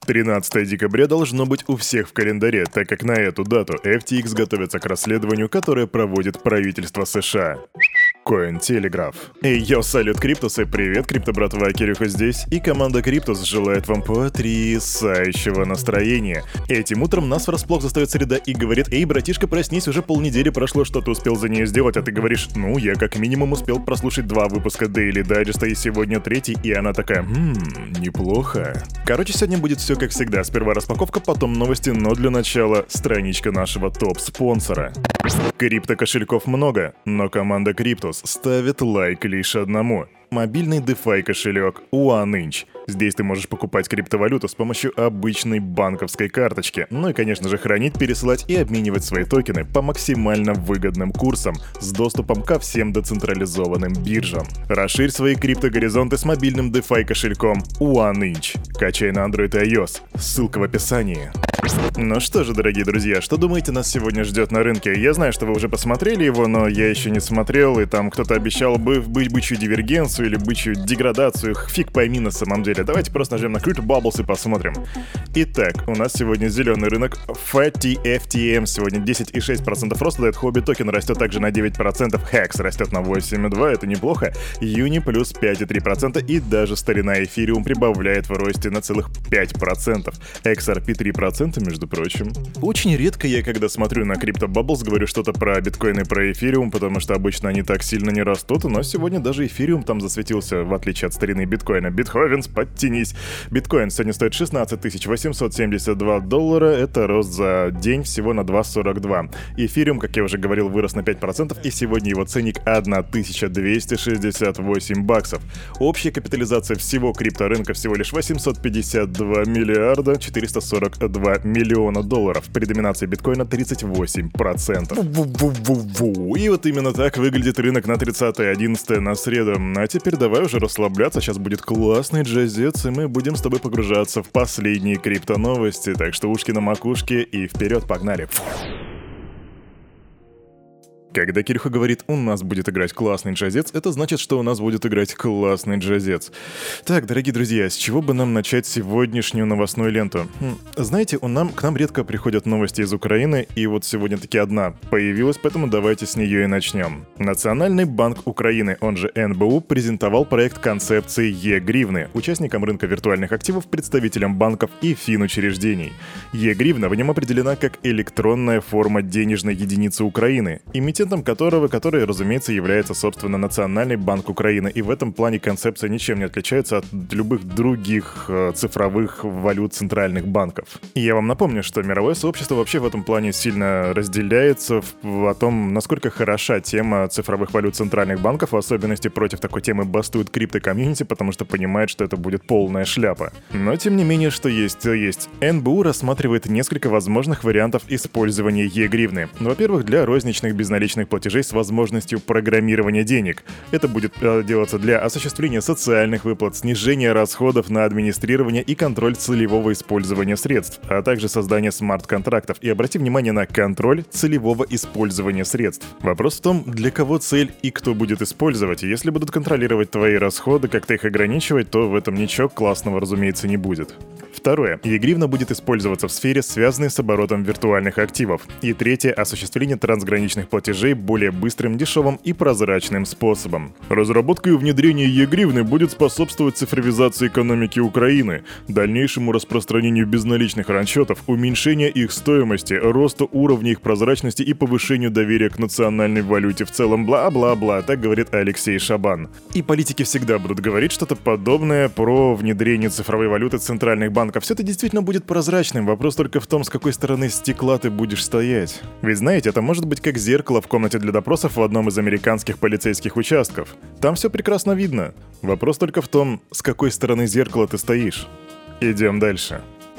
13 декабря должно быть у всех в календаре, так как на эту дату FTX готовится к расследованию, которое проводит правительство США. Cointelegraph. Эй, йоу, салют, Криптусы, привет, крипто-братва, Кирюха здесь, и команда Криптус желает вам потрясающего настроения. Этим утром нас врасплох застает среда и говорит: эй, братишка, проснись, уже полнедели прошло, что ты успел за нее сделать, а ты говоришь: ну, я как минимум успел прослушать 2 выпуска Daily Digest, и сегодня 3, и она такая: неплохо. Короче, сегодня будет все как всегда, сперва распаковка, потом новости, но для начала страничка нашего топ-спонсора. Крипто-кошельков много, но команда Криптус ставит лайк лишь одному. Мобильный DeFi кошелек OneInch. Здесь ты можешь покупать криптовалюту с помощью обычной банковской карточки. Ну и, конечно же, хранить, пересылать и обменивать свои токены по максимально выгодным курсам с доступом ко всем децентрализованным биржам. Расширь свои криптогоризонты с мобильным DeFi кошельком OneInch. Качай на Android и iOS. Ссылка в описании. Ну что же, дорогие друзья, что думаете нас сегодня ждет на рынке? Я знаю, что вы уже посмотрели его, но я еще не смотрел, и там кто-то обещал быть бычью дивергенцию или бычью деградацию. Фиг пойми на самом деле. Давайте просто нажмем на Crypto Bubbles и посмотрим. Итак, у нас сегодня зеленый рынок. FATI FTM сегодня 10,6% роста дает. Хобби токен растет также на 9%. Hex растет на 8,2%, это неплохо. Юни плюс 5,3%, и даже старина эфириум прибавляет в росте на целых 5%. XRP 3%, между прочим. Очень редко я, когда смотрю на Crypto Bubbles, говорю что-то про биткоин и про эфириум, потому что обычно они так сильно не растут, но сегодня даже эфириум там засветился, в отличие от старины биткоина. Битховенс, подтянись. Биткоин сегодня стоит 16 872 доллара, это рост за день всего на 2,42. Эфириум, как я уже говорил, вырос на 5%, и сегодня его ценник 1268 баксов. Общая капитализация всего крипторынка всего лишь 852 миллиарда 442 миллиона долларов. При доминации биткоина 38%. И вот именно так выглядит рынок на 30.11 на среду. А теперь давай уже расслабляться, сейчас будет классный джазец, и мы будем с тобой погружаться в последние крипто-новости. Так что ушки на макушке и вперед, погнали. Когда Кирюха говорит: у нас будет играть классный джазец, это значит, что у нас будет играть классный джазец. Так, дорогие друзья, с чего бы нам начать сегодняшнюю новостную ленту? Знаете, к нам редко приходят новости из Украины, и вот сегодня таки одна появилась, поэтому давайте с нее и начнем. Национальный банк Украины, он же НБУ, презентовал проект концепции Е-гривны участникам рынка виртуальных активов, представителям банков и финучреждений. Е-гривна в нем определена как электронная форма денежной единицы Украины, эмитентом которой, разумеется, является, собственно, Национальный банк Украины. И в этом плане концепция ничем не отличается от любых других цифровых валют центральных банков. И я вам напомню, что мировое сообщество вообще в этом плане сильно разделяется о том, насколько хороша тема цифровых валют центральных банков, в особенности против такой темы бастует крипто-комьюнити, потому что понимает, что это будет полная шляпа. Но, тем не менее, что есть, то есть. НБУ рассматривает несколько возможных вариантов использования Е-гривны. Во-первых, для розничных безналичных платежей с возможностью программирования денег. Это будет делаться для осуществления социальных выплат, снижения расходов на администрирование и контроль целевого использования средств, а также создания смарт-контрактов. И обрати внимание на контроль целевого использования средств. Вопрос в том, для кого цель и кто будет использовать. Если будут контролировать твои расходы, как-то их ограничивать, то в этом ничего классного, разумеется, не будет. Второе. Е-гривна будет использоваться в сфере, связанной с оборотом виртуальных активов. И третье. Осуществление трансграничных платежей более быстрым, дешевым и прозрачным способом. Разработка и внедрение Е-гривны будет способствовать цифровизации экономики Украины, дальнейшему распространению безналичных расчетов, уменьшению их стоимости, росту уровня их прозрачности и повышению доверия к национальной валюте в целом, бла-бла-бла, так говорит Алексей Шабан. И политики всегда будут говорить что-то подобное про внедрение цифровой валюты центральных банков. Все это действительно будет прозрачным, вопрос только в том, с какой стороны стекла ты будешь стоять. Ведь знаете, это может быть как зеркало в комнате для допросов в одном из американских полицейских участков. Там все прекрасно видно. Вопрос только в том, с какой стороны зеркала ты стоишь. Идем дальше. В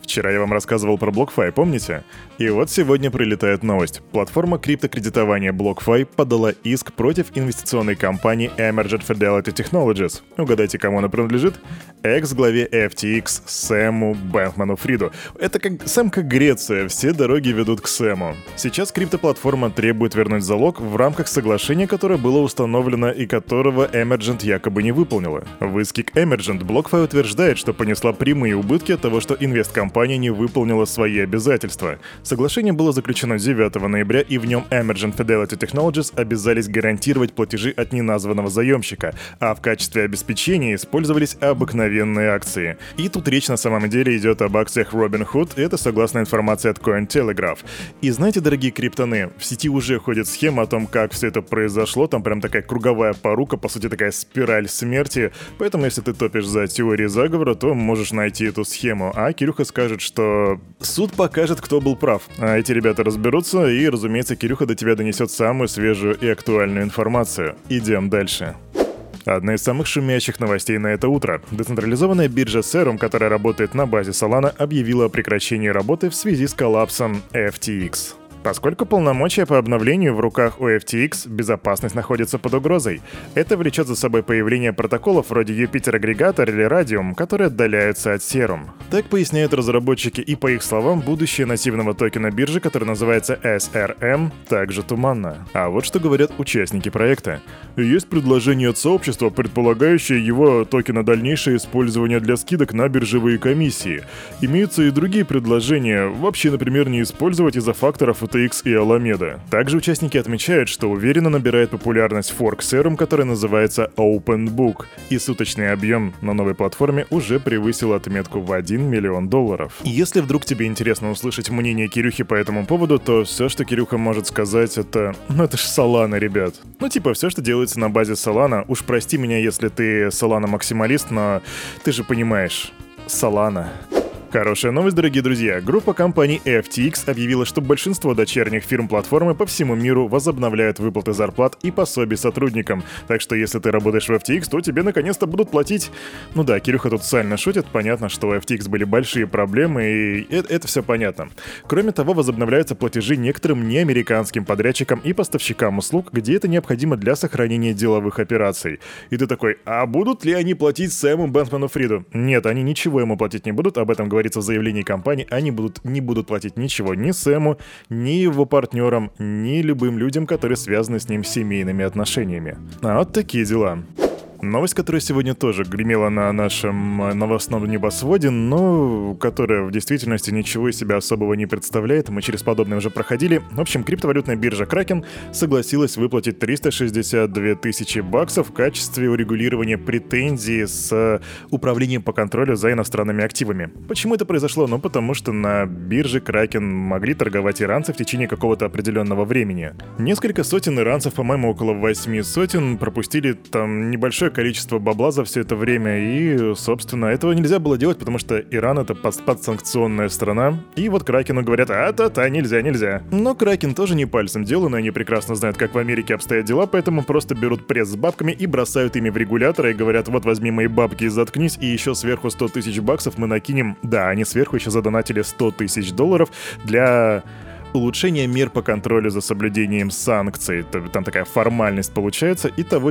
Вчера я вам рассказывал про BlockFi, помните? И вот сегодня прилетает новость. Платформа криптокредитования BlockFi подала иск против инвестиционной компании Emergent Fidelity Technologies. Угадайте, кому она принадлежит? Экс-главе FTX Сэму Бэнкману-Фриду. Это Сэм как Греция, все дороги ведут к Сэму. Сейчас криптоплатформа требует вернуть залог в рамках соглашения, которое было установлено и которого Emergent якобы не выполнила. В иске к Emergent BlockFi утверждает, что понесла прямые убытки от того, что инвесткомпания не выполнила свои обязательства. Соглашение было заключено 9 ноября, и в нем Emergent Fidelity Technologies обязались гарантировать платежи от неназванного заемщика, а в качестве обеспечения использовались обыкновенные акции. И тут речь на самом деле идет об акциях Robinhood, это согласно информации от Cointelegraph. И знаете, дорогие криптоны, в сети уже ходит схема о том, как все это произошло, там прям такая круговая порука, по сути такая спираль смерти, поэтому если ты топишь за теории заговора, то можешь найти эту схему, а Кирюха скажет, что суд покажет, кто был прав. А эти ребята разберутся, и, разумеется, Кирюха до тебя донесет самую свежую и актуальную информацию. Идем дальше. Одна из самых шумящих новостей на это утро. Децентрализованная биржа Serum, которая работает на базе Solana, объявила о прекращении работы в связи с коллапсом FTX. Поскольку полномочия по обновлению в руках у FTX, безопасность находится под угрозой. Это влечет за собой появление протоколов вроде Юпитер-агрегатор или Radium, которые отдаляются от Serum. Так поясняют разработчики, и по их словам, будущее нативного токена биржи, который называется SRM, также туманно. А вот что говорят участники проекта. Есть предложение от сообщества, предполагающее его токена дальнейшее использование для скидок на биржевые комиссии. Имеются и другие предложения, вообще, например, не использовать из-за факторов FTX и Alameda. Также участники отмечают, что уверенно набирает популярность форк Serum, который называется OpenBook, и суточный объем на новой платформе уже превысил отметку в $1 миллион. И если вдруг тебе интересно услышать мнение Кирюхи по этому поводу, то все, что Кирюха может сказать, это... это ж Solana, ребят. Все, что делается на базе Solana, уж прости меня, если ты Solana-максималист, но ты же понимаешь, Solana. Хорошая новость, дорогие друзья. Группа компаний FTX объявила, что большинство дочерних фирм платформы по всему миру возобновляют выплаты зарплат и пособий сотрудникам. Так что если ты работаешь в FTX, то тебе наконец-то будут платить. Ну да, Кирюха тут сально шутит. Понятно, что у FTX были большие проблемы, и это все понятно. Кроме того, возобновляются платежи некоторым неамериканским подрядчикам и поставщикам услуг, где это необходимо для сохранения деловых операций. И ты такой, а будут ли они платить Сэму Бэнкману-Фриду? Нет, они ничего ему платить не будут, об этом говорится в заявлении компании, они не будут платить ничего ни Сэму, ни его партнерам, ни любым людям, которые связаны с ним семейными отношениями. А вот такие дела. Новость, которая сегодня тоже гремела на нашем новостном небосводе, но которая в действительности ничего из себя особого не представляет, мы через подобное уже проходили. В общем, криптовалютная биржа Kraken согласилась выплатить $362 тысячи в качестве урегулирования претензий с управлением по контролю за иностранными активами. Почему это произошло? Ну, потому что на бирже Kraken могли торговать иранцы в течение какого-то определенного времени. Несколько сотен иранцев, по-моему, около 8 сотен, пропустили там небольшое количество бабла за все это время, и, собственно, этого нельзя было делать, потому что Иран — это подсанкционная страна, и вот Кракену говорят, та-та, нельзя. Но Кракен тоже не пальцем делан, и они прекрасно знают, как в Америке обстоят дела, поэтому просто берут пресс с бабками и бросают ими в регулятора и говорят, вот возьми мои бабки и заткнись, и еще сверху $100 тысяч мы накинем. Да, они сверху еще задонатили $100 тысяч для улучшение мер по контролю за соблюдением санкций. Там такая формальность получается. Итого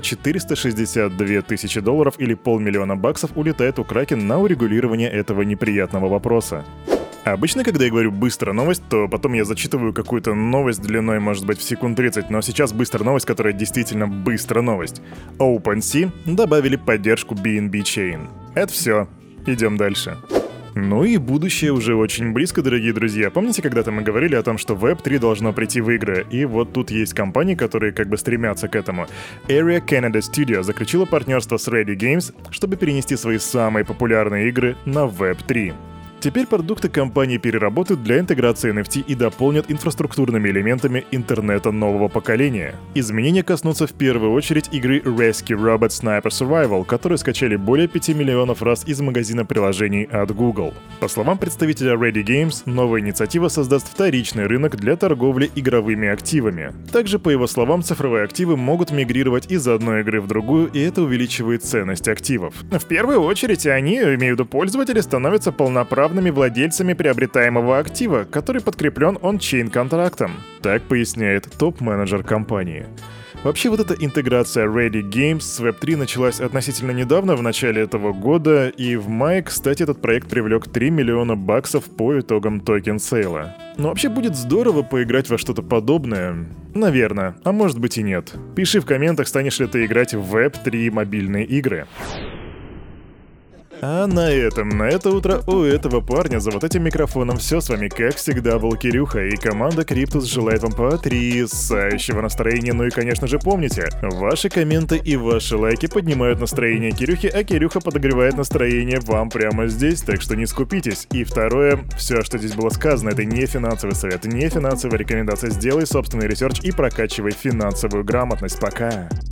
$462 тысячи или $500 000 улетает у Kraken на урегулирование этого неприятного вопроса. Обычно, когда я говорю «быстро новость», то потом я зачитываю какую-то новость длиной, может быть, в секунд 30, но сейчас быстро новость, которая действительно быстро новость. OpenSea добавили поддержку BNB Chain. Это все. Идем дальше. Ну и будущее уже очень близко, дорогие друзья. Помните, когда-то мы говорили о том, что Web3 должно прийти в игры? И вот тут есть компании, которые как бы стремятся к этому. Area Canada Studio заключила партнерство с Ready Games, чтобы перенести свои самые популярные игры на Web3. Теперь продукты компании переработают для интеграции NFT и дополнят инфраструктурными элементами интернета нового поколения. Изменения коснутся в первую очередь игры Rescue Robot Sniper Survival, которую скачали более 5 миллионов раз из магазина приложений от Google. По словам представителя Ready Games, новая инициатива создаст вторичный рынок для торговли игровыми активами. Также, по его словам, цифровые активы могут мигрировать из одной игры в другую, и это увеличивает ценность активов. В первую очередь они, имею в виду пользователи, становятся полноправными владельцами приобретаемого актива, который подкреплен он-чейн контрактом. Так поясняет топ-менеджер компании. Вообще вот эта интеграция Ready Games с Web3 началась относительно недавно, в начале этого года, и в мае, кстати, этот проект привлек $3 миллиона по итогам токен-сейла. Но вообще будет здорово поиграть во что-то подобное. Наверное, а может быть и нет. Пиши в комментах, станешь ли ты играть в Web3 мобильные игры. А на это утро у этого парня за вот этим микрофоном все. С вами, как всегда, был Кирюха, и команда Криптус желает вам потрясающего настроения. Ну и, конечно же, помните, ваши комменты и ваши лайки поднимают настроение Кирюхи, а Кирюха подогревает настроение вам прямо здесь, так что не скупитесь. И второе, все, что здесь было сказано, это не финансовый совет, не финансовая рекомендация. Сделай собственный ресерч и прокачивай финансовую грамотность. Пока!